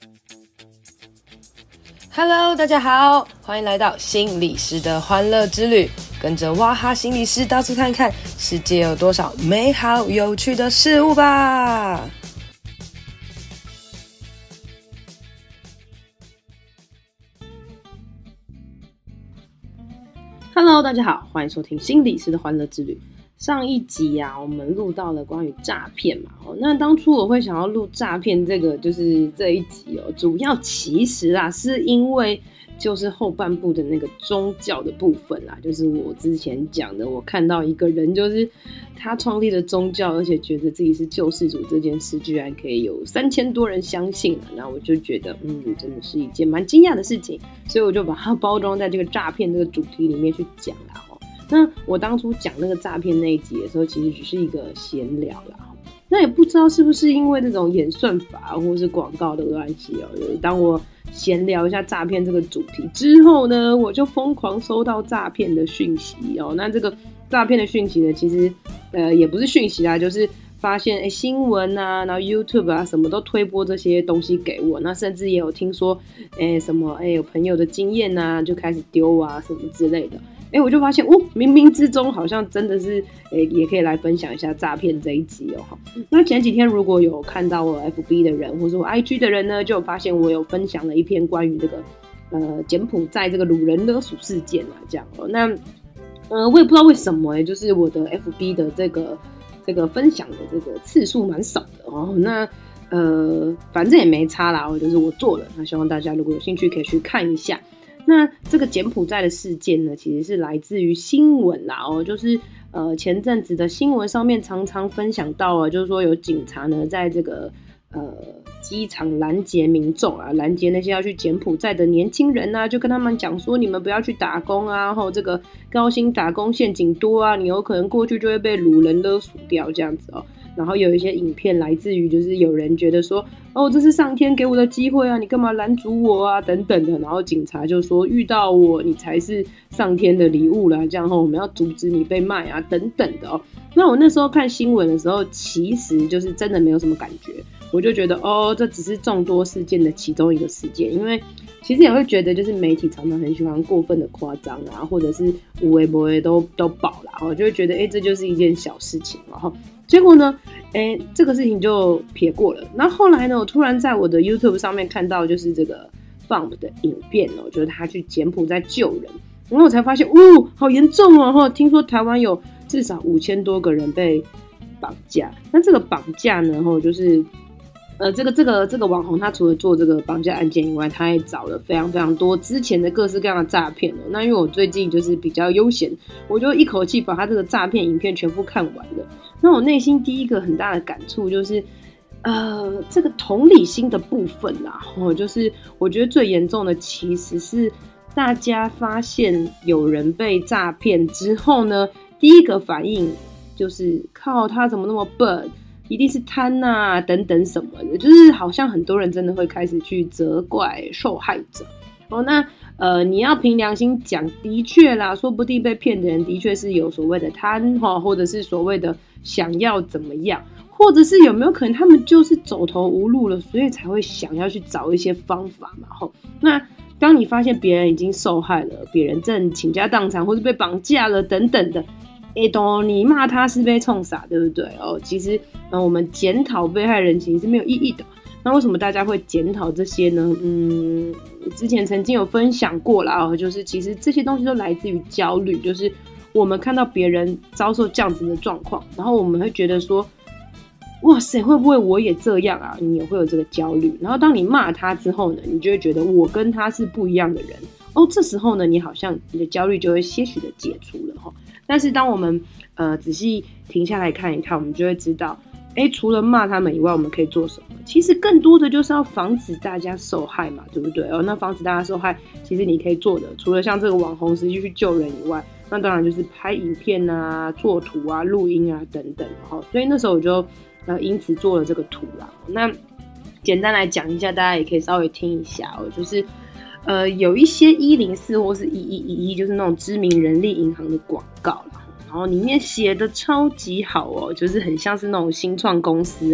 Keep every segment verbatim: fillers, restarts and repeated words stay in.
Hello， 大家好，欢迎来到心理师的欢乐之旅，跟着哇哈心理师到处看看世界有多少美好有趣的事物吧。Hello， 大家好，欢迎收听心理师的欢乐之旅。上一集啊，我们录到了关于诈骗嘛，哦，那当初我会想要录诈骗这个，就是这一集哦，主要其实啊，是因为就是后半部的那个宗教的部分啦，就是我之前讲的，我看到一个人，就是他创立了宗教，而且觉得自己是救世主这件事，居然可以有三千多人相信了，那我就觉得，嗯，真的是一件蛮惊讶的事情，所以我就把它包装在这个诈骗这个主题里面去讲啦。那我当初讲那个诈骗那一集的时候，其实只是一个闲聊啦。那也不知道是不是因为这种演算法或是广告的关系哦，就是当我闲聊一下诈骗这个主题之后呢，我就疯狂收到诈骗的讯息哦。那这个诈骗的讯息呢，其实呃也不是讯息啦，就是发现哎新闻啊，然后 YouTube 啊什么都推播这些东西给我，那甚至也有听说哎什么哎有朋友的经验啊，就开始丢啊什么之类的。哎，我就发现，哦，冥冥之中好像真的是，哎，也可以来分享一下诈骗这一集哦。那前几天如果有看到我 F B 的人，或是我 I G 的人呢，就有发现我有分享了一篇关于这个呃柬埔寨这个掳人勒赎事件啊，这样哦。那呃，我也不知道为什么，哎，就是我的 F B 的这个这个分享的这个次数蛮少的哦。那呃，反正也没差啦，哦，就是我做了，那希望大家如果有兴趣可以去看一下。那这个柬埔寨的事件呢，其实是来自于新闻啦哦，就是呃前阵子的新闻上面常常分享到啊，就是说有警察呢在这个呃机场拦截民众啊，拦截那些要去柬埔寨的年轻人啊，就跟他们讲说你们不要去打工啊，然后这个高薪打工陷阱多啊，你有可能过去就会被掳人勒赎掉这样子哦。然后有一些影片来自于就是有人觉得说哦这是上天给我的机会啊，你干嘛拦阻我啊等等的，然后警察就说遇到我你才是上天的礼物啦，这样后我们要阻止你被卖啊等等的哦。那我那时候看新闻的时候其实就是真的没有什么感觉，我就觉得哦这只是众多事件的其中一个事件，因为其实也会觉得就是媒体常常很喜欢过分的夸张啊，或者是有的没的都都爆啦，我就会觉得哎这就是一件小事情，然后结果呢，哎，这个事情就撇过了。那后来呢，我突然在我的 YouTube 上面看到，就是这个 Bump 的影片哦，就是他去柬埔寨救人，然后我才发现，哦，好严重哦！听说台湾有至少五千多个人被绑架。那这个绑架呢，吼，就是呃，这个这个这个网红，他除了做这个绑架案件以外，他也找了非常非常多之前的各式各样的诈骗哦。那因为我最近就是比较悠闲，我就一口气把他这个诈骗影片全部看完了。那我内心第一个很大的感触就是，呃，这个同理心的部分啦，哦，就是我觉得最严重的其实是大家发现有人被诈骗之后呢，第一个反应就是靠他怎么那么笨，一定是贪啊等等什么的，就是好像很多人真的会开始去责怪受害者。哦，那呃，你要凭良心讲，的确啦，说不定被骗的人的确是有所谓的贪哈，或者是所谓的想要怎么样，或者是有没有可能他们就是走投无路了，所以才会想要去找一些方法嘛。哈，那当你发现别人已经受害了，别人正倾家荡产或是被绑架了等等的，哎，懂你骂他是被冲傻，对不对？哦，其实呃，我们检讨被害人其实是没有意义的。那为什么大家会检讨这些呢？嗯，之前曾经有分享过啦，就是其实这些东西都来自于焦虑，就是我们看到别人遭受这样子的状况，然后我们会觉得说，哇塞，会不会我也这样啊？你也会有这个焦虑。然后当你骂他之后呢，你就会觉得我跟他是不一样的人哦。这时候呢，你好像你的焦虑就会些许的解除了哈。但是当我们呃仔细停下来看一看，我们就会知道。哎，除了骂他们以外，我们可以做什么？其实更多的就是要防止大家受害嘛，对不对？哦，那防止大家受害，其实你可以做的，除了像这个网红实际去救人以外，那当然就是拍影片啊、做图啊、录音啊等等。哈，所以那时候我就呃因此做了这个图啦。那简单来讲一下，大家也可以稍微听一下哦，就是呃有一些一零四或是一一一一，就是那种知名人力银行的广告啦。然后里面写的超级好哦，就是很像是那种新创公司啊，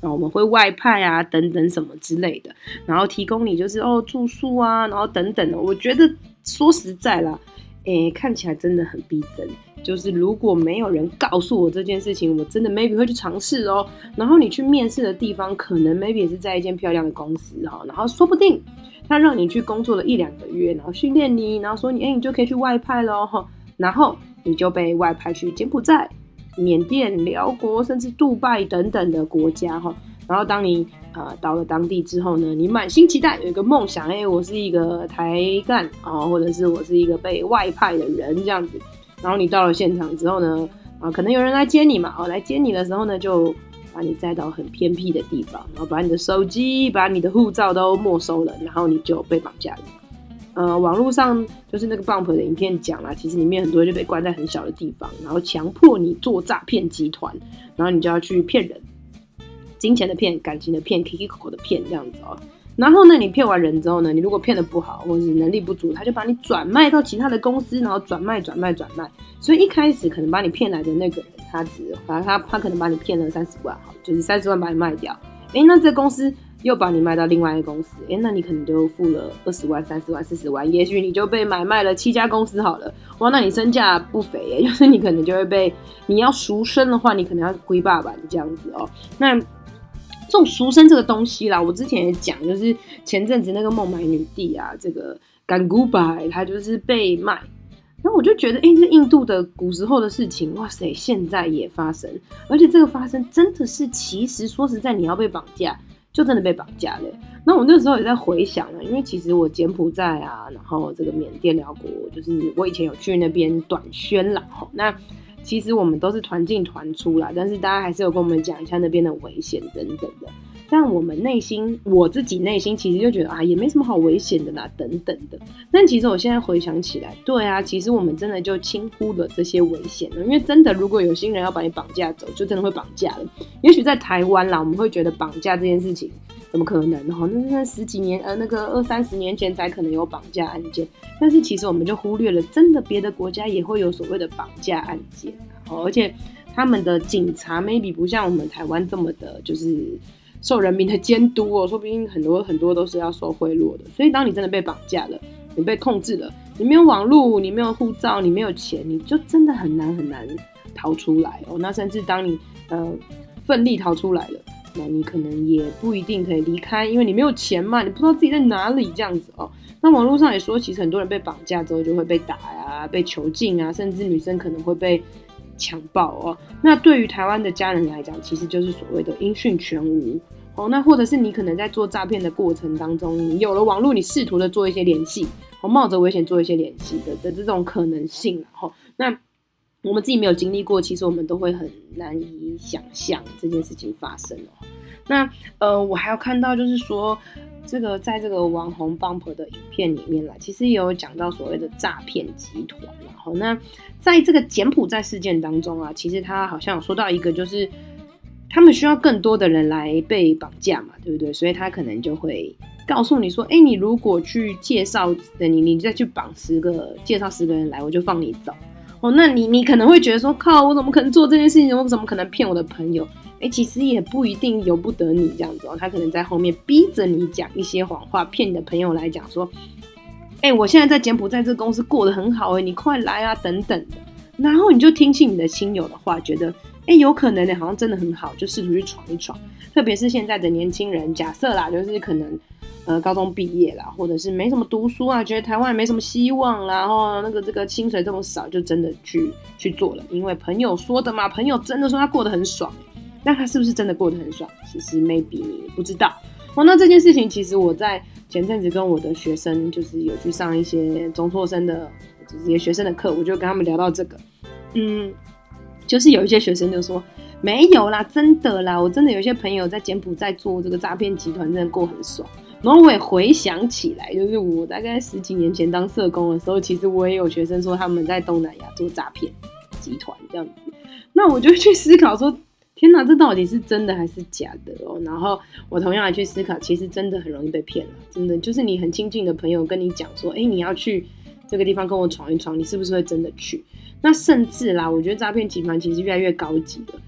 然后我们会外派啊等等什么之类的，然后提供你就是哦住宿啊，然后等等的。我觉得说实在啦，诶，看起来真的很逼真。就是如果没有人告诉我这件事情，我真的 maybe 会去尝试哦。然后你去面试的地方，可能 maybe 也是在一间漂亮的公司哈，然后说不定他让你去工作了一两个月，然后训练你，然后说你哎，你就可以去外派咯哈，然后你就被外派去柬埔寨、缅甸、辽国，甚至杜拜等等的国家哈。然后当你呃到了当地之后呢，你满心期待有一个梦想，哎，我是一个台干啊，或者是我是一个被外派的人这样子。然后你到了现场之后呢，啊，可能有人来接你嘛，哦，来接你的时候呢，就把你载到很偏僻的地方，然后把你的手机、把你的护照都没收了，然后你就被绑架了。呃，网络上就是那个 Bump 的影片讲啦，其实里面很多人就被关在很小的地方，然后强迫你做诈骗集团，然后你就要去骗人，金钱的骗、感情的骗、Kiki 口口的骗这样子哦。然后呢，你骗完人之后呢，你如果骗得不好或者是能力不足，他就把你转卖到其他的公司，然后转卖、转卖、转卖。所以一开始可能把你骗来的那个人，他只他他他可能把你骗了三十万，好，就是三十万把你卖掉。哎，那这公司又把你卖到另外一个公司，哎，那你可能就付了二十万、三十万、四十万，也许你就被买卖了七家公司好了。哇，那你身价不菲耶，就是你可能就会被，你要赎身的话，你可能要归爸爸这样子哦。那这种赎身这个东西啦，我之前也讲，就是前阵子那个孟买女帝啊，这个甘古白，她就是被卖。然后我就觉得，哎、欸，这印度的古时候的事情，哇塞，现在也发生，而且这个发生真的是，其实说实在，你要被绑架，就真的被绑架了。那我那时候也在回想了，因为其实我柬埔寨啊，然后这个缅甸、辽国，就是我以前有去那边短宣啦，那其实我们都是团进团出啦，但是大家还是有跟我们讲一下那边的危险等等的。但我们内心，我自己内心其实就觉得啊，也没什么好危险的啦，等等的。但其实我现在回想起来，对啊，其实我们真的就轻忽了这些危险了。因为真的，如果有心人要把你绑架走，就真的会绑架了。也许在台湾啦，我们会觉得绑架这件事情怎么可能？哈，那那十几年，呃，那个二三十年前才可能有绑架案件。但是其实我们就忽略了，真的别的国家也会有所谓的绑架案件，哦，而且他们的警察 maybe 不像我们台湾这么的，就是受人民的监督哦，说不定很多很多都是要收贿赂的。所以当你真的被绑架了，你被控制了，你没有网络，你没有护照，你没有钱，你就真的很难很难逃出来哦。那甚至当你呃奋力逃出来了，那你可能也不一定可以离开，因为你没有钱嘛，你不知道自己在哪里这样子哦。那网络上也说，其实很多人被绑架之后就会被打啊，被囚禁啊，甚至女生可能会被强暴哦。那对于台湾的家人来讲，其实就是所谓的音讯全无哦。那或者是你可能在做诈骗的过程当中，你有了网络，你试图的做一些联系，哦，冒着危险做一些联系的的这种可能性哦。那我们自己没有经历过，其实我们都会很难以想象这件事情发生哦。那呃，我还有看到就是说，这个在这个网红 Bump 的影片里面啦，其实也有讲到所谓的诈骗集团。然后那在这个柬埔寨事件当中啊，其实他好像有说到一个，就是他们需要更多的人来被绑架嘛，对不对？所以他可能就会告诉你说，哎，你如果去介绍你，你再去绑十个，介绍十个人来，我就放你走。哦，那你你可能会觉得说，靠，我怎么可能做这件事情？我怎么可能骗我的朋友？哎，其实也不一定由不得你这样子哦，他可能在后面逼着你讲一些谎话，骗你的朋友来讲说，哎，我现在在柬埔寨这公司过得很好，哎，你快来啊，等等的。然后你就听信你的亲友的话，觉得，哎，有可能呢，好像真的很好，就试图去闯一闯。特别是现在的年轻人，假设啦，就是可能。呃，高中毕业啦，或者是没什么读书啊，觉得台湾没什么希望啦，然后那个这个薪水这么少，就真的去去做了，因为朋友说的嘛，朋友真的说他过得很爽，那他是不是真的过得很爽？其实 maybe 你不知道哦。那这件事情，其实我在前阵子跟我的学生，就是有去上一些中辍生的这些学生的课，我就跟他们聊到这个，嗯，就是有一些学生就说没有啦，真的啦，我真的有一些朋友在柬埔寨做这个诈骗集团，真的过很爽。然后我也回想起来，就是我大概十几年前当社工的时候，其实我也有学生说他们在东南亚做诈骗集团这样子。那我就去思考说，天哪，这到底是真的还是假的哦？然后我同样也去思考，其实真的很容易被骗了，真的就是你很亲近的朋友跟你讲说，哎，你要去这个地方跟我闯一闯，你是不是会真的去？那甚至啦，我觉得诈骗集团其实越来越高级了。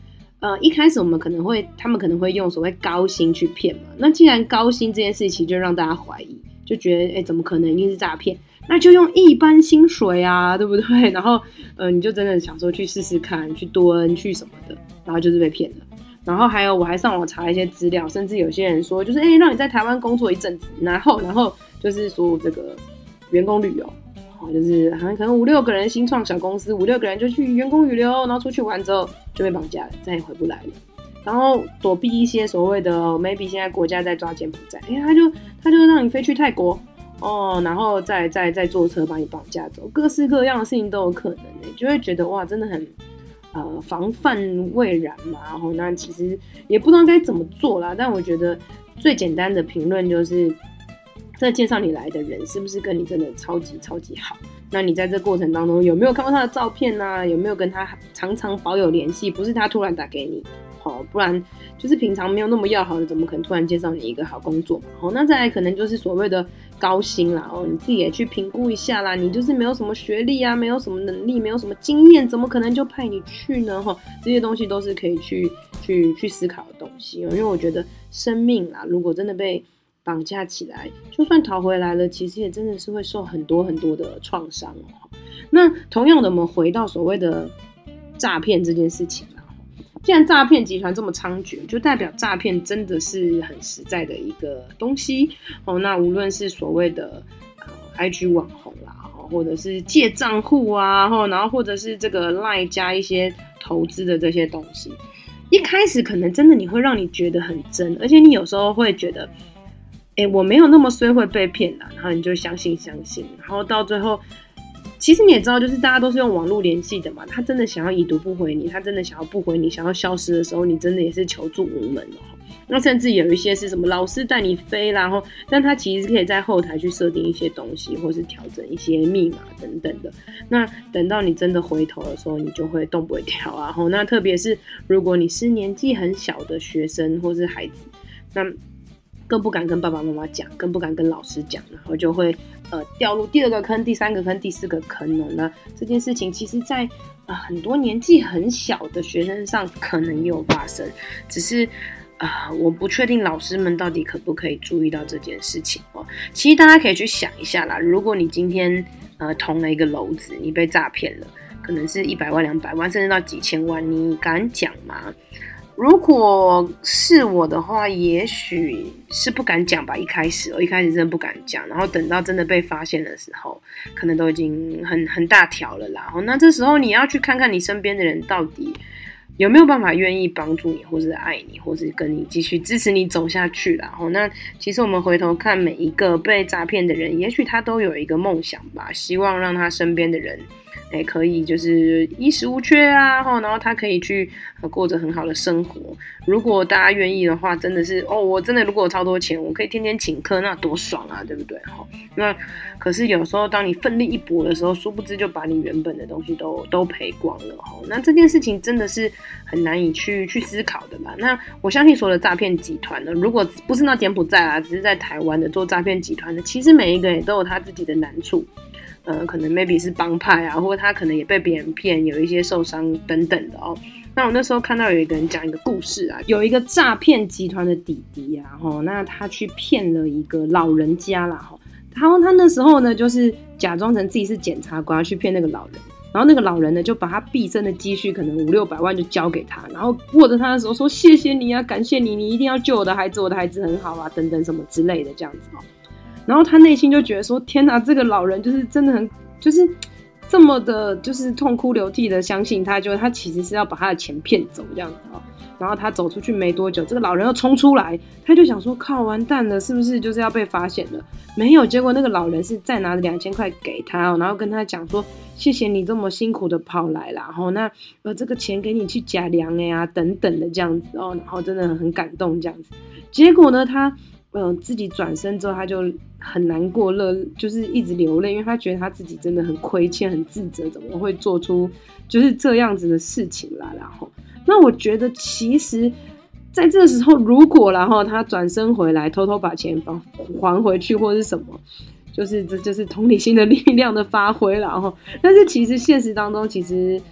呃，一开始我们可能会，他们可能会用所谓高薪去骗嘛。那既然高薪这件事情就让大家怀疑，就觉得，哎，怎么可能一定是诈骗？那就用一般薪水啊，对不对？然后，呃，你就真的想说去试试看，去蹲，去什么的，然后就是被骗了。然后还有，我还上网查一些资料，甚至有些人说，就是哎，让你在台湾工作一阵子，然后，然后就是说这个员工旅游。就是好像可能五六个人新创小公司，五六个人就去员工旅游，然后出去玩之后就被绑架了，再也回不来了。然后躲避一些所谓的 maybe 现在国家在抓柬埔寨，哎，他就他就让你飞去泰国哦，然后再再再坐车把你绑架走，各式各样的事情都有可能，你就会觉得哇，真的很呃防范未然嘛。然后那其实也不知道该怎么做啦，但我觉得最简单的评论就是。这介绍你来的人是不是跟你真的超级超级好？那你在这过程当中有没有看过他的照片啊？有没有跟他常常保有联系？不是他突然打给你，哦，不然就是平常没有那么要好的，怎么可能突然介绍你一个好工作嘛？哦，那再来可能就是所谓的高薪啦，哦，你自己也去评估一下啦。你就是没有什么学历啊，没有什么能力，没有什么经验，怎么可能就派你去呢？哈，这些东西都是可以去去去思考的东西，因为我觉得生命啦，如果真的被绑架起来，就算逃回来了，其实也真的是会受很多很多的创伤哦。那同样的，我们回到所谓的诈骗这件事情啦，既然诈骗集团这么猖獗，就代表诈骗真的是很实在的一个东西哦。那无论是所谓的、呃、I G 网红啦，或者是借账户啊，然后或者是这个 LINE 加一些投资的这些东西，一开始可能真的你会让你觉得很真，而且你有时候会觉得。哎，我没有那么衰会被骗啦，然后你就相信相信，然后到最后，其实你也知道，就是大家都是用网络联系的嘛，他真的想要已读不回你，他真的想要不回你，想要消失的时候，你真的也是求助无门哦。那甚至有一些是什么老师带你飞啦，然后，但他其实可以在后台去设定一些东西，或是调整一些密码等等的。那等到你真的回头的时候，你就会动不掉啊。然后，那特别是如果你是年纪很小的学生或是孩子，那更不敢跟爸爸妈妈讲，更不敢跟老师讲，然后就会呃掉入第二个坑、第三个坑、第四个坑了。那这件事情其实在，在呃很多年纪很小的学生上可能也有发生，只是呃我不确定老师们到底可不可以注意到这件事情哦。其实大家可以去想一下啦，如果你今天呃捅了一个篓子，你被诈骗了，可能是一百万、两百万，甚至到几千万，你敢讲吗？如果是我的话，也许是不敢讲吧。一开始，我一开始真的不敢讲，然后等到真的被发现的时候，可能都已经很很大条了啦。那这时候你要去看看你身边的人到底有没有办法愿意帮助你，或是爱你，或是跟你继续支持你走下去啦。那其实我们回头看每一个被诈骗的人，也许他都有一个梦想吧，希望让他身边的人。欸、可以就是衣食无缺啊，然后他可以去、呃、过着很好的生活。如果大家愿意的话，真的是哦，我真的如果有超多钱，我可以天天请客，那多爽啊，对不对？那可是有时候当你奋力一搏的时候，殊不知就把你原本的东西都都赔光了。那这件事情真的是很难以去去思考的啦。那我相信所有的诈骗集团呢，如果不是那柬埔寨啊，只是在台湾的做诈骗集团的，其实每一个也都有他自己的难处。呃，可能 maybe 是帮派啊，或者他可能也被别人骗，有一些受伤等等的哦。那我那时候看到有一个人讲一个故事啊，有一个诈骗集团的弟弟啊，吼，那他去骗了一个老人家啦，吼，然后他那时候呢，就是假装成自己是检察官去骗那个老人，然后那个老人呢，就把他毕生的积蓄可能五六百万就交给他，然后握着他的手说谢谢你啊，感谢你，你一定要救我的孩子，我的孩子很好啊，等等什么之类的这样子哦。然后他内心就觉得说天哪，这个老人就是真的很就是这么的就是痛哭流涕的相信他，就他其实是要把他的钱骗走这样子哦。然后他走出去没多久，这个老人又冲出来，他就想说靠，完蛋了，是不是就是要被发现了？没有，结果那个老人是再拿着两千块给他哦，然后跟他讲说谢谢你这么辛苦的跑来啦，然后那呃这个钱给你去假粮哎呀等等的这样子哦，然后真的很感动这样子。结果呢他呃，自己转身之后，他就很难过乐，就是一直流泪，因为他觉得他自己真的很亏欠、很自责，怎么会做出就是这样子的事情啦？然后，那我觉得其实在这时候，如果然后他转身回来，偷偷把钱还回去，或是什么，就是这就是同理心的力量的发挥啦。然后，但是其实现实当中，其实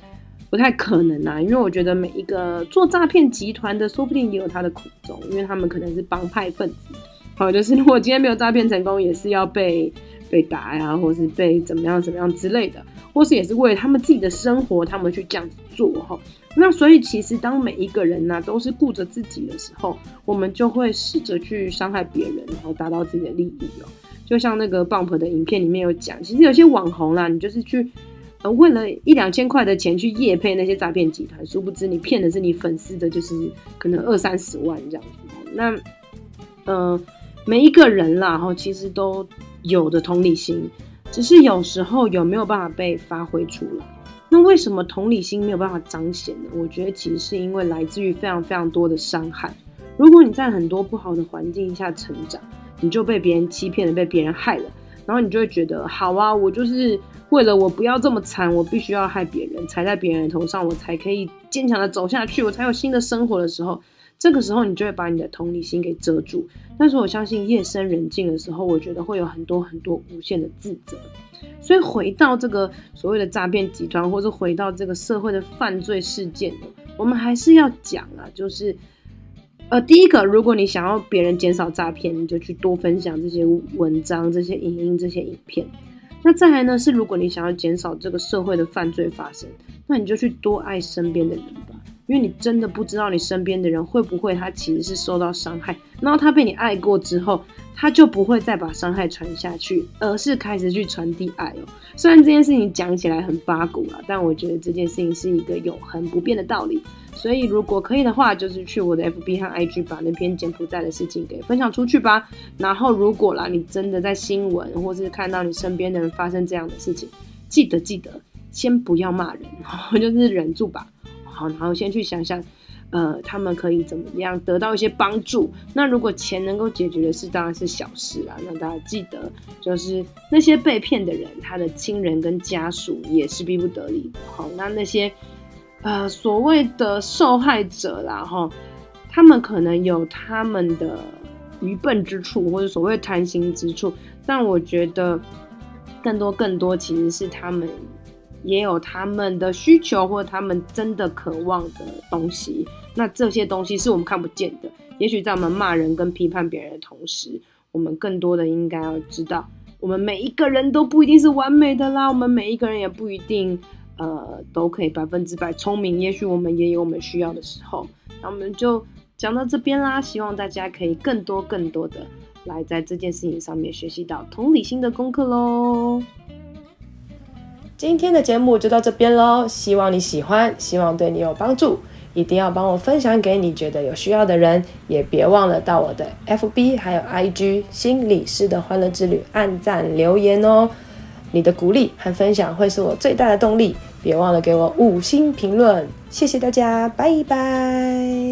不太可能啊，因为我觉得每一个做诈骗集团的，说不定也有他的苦衷，因为他们可能是帮派分子。好，就是如果今天没有诈骗成功，也是要被被打呀，或是被怎么样怎么样之类的，或是也是为了他们自己的生活，他们去这样子做哈。那所以其实当每一个人呢、啊、都是顾着自己的时候，我们就会试着去伤害别人，然后达到自己的利益哦。就像那个 Bump 的影片里面有讲，其实有些网红啦，你就是去呃为了一两千块的钱去业配那些诈骗集团，殊不知你骗的是你粉丝的，就是可能二三十万这样子。那呃每一个人啦，哈，其实都有的同理心，只是有时候有没有办法被发挥出来。那为什么同理心没有办法彰显呢？我觉得其实是因为来自于非常非常多的伤害。如果你在很多不好的环境下成长，你就被别人欺骗了，被别人害了，然后你就会觉得好啊，我就是为了我不要这么惨，我必须要害别人，踩在别人的头上，我才可以坚强的走下去，我才有新的生活的时候，这个时候你就会把你的同理心给遮住。但是我相信夜深人静的时候，我觉得会有很多很多无限的自责。所以回到这个所谓的诈骗集团，或者回到这个社会的犯罪事件呢，我们还是要讲啊，就是呃，第一个，如果你想要别人减少诈骗，你就去多分享这些文章、这些影音、这些影片。那再来呢，是如果你想要减少这个社会的犯罪发生，那你就去多爱身边的人吧。因为你真的不知道你身边的人会不会他其实是受到伤害，然后他被你爱过之后，他就不会再把伤害传下去，而是开始去传递爱哦。虽然这件事情讲起来很八股啦，但我觉得这件事情是一个永恒不变的道理。所以如果可以的话，就是去我的 F B 和 I G 把那篇柬埔寨的事情给分享出去吧。然后如果啦，你真的在新闻或是看到你身边的人发生这样的事情，记得记得先不要骂人，就是忍住吧。好，然后先去想想，呃，他们可以怎么样得到一些帮助。那如果钱能够解决的事，当然是小事啦。那大家记得，就是那些被骗的人，他的亲人跟家属也是逼不得已的。好，那那些呃所谓的受害者啦，哈，他们可能有他们的愚笨之处，或者所谓贪心之处，但我觉得更多更多其实是他们也有他们的需求，或者他们真的渴望的东西。那这些东西是我们看不见的。也许在我们骂人跟批判别人的同时，我们更多的应该要知道，我们每一个人都不一定是完美的啦，我们每一个人也不一定呃都可以百分之百聪明，也许我们也有我们需要的时候。那我们就讲到这边啦，希望大家可以更多更多的来在这件事情上面学习到同理心的功课咯。 今天的节目就到这边咯，希望你喜欢，希望对你有帮助，一定要帮我分享给你觉得有需要的人，也别忘了到我的 F B 还有 I G 心理师的欢乐之旅按赞留言哦。你的鼓励和分享会是我最大的动力，别忘了给我五星评论，谢谢大家，拜拜。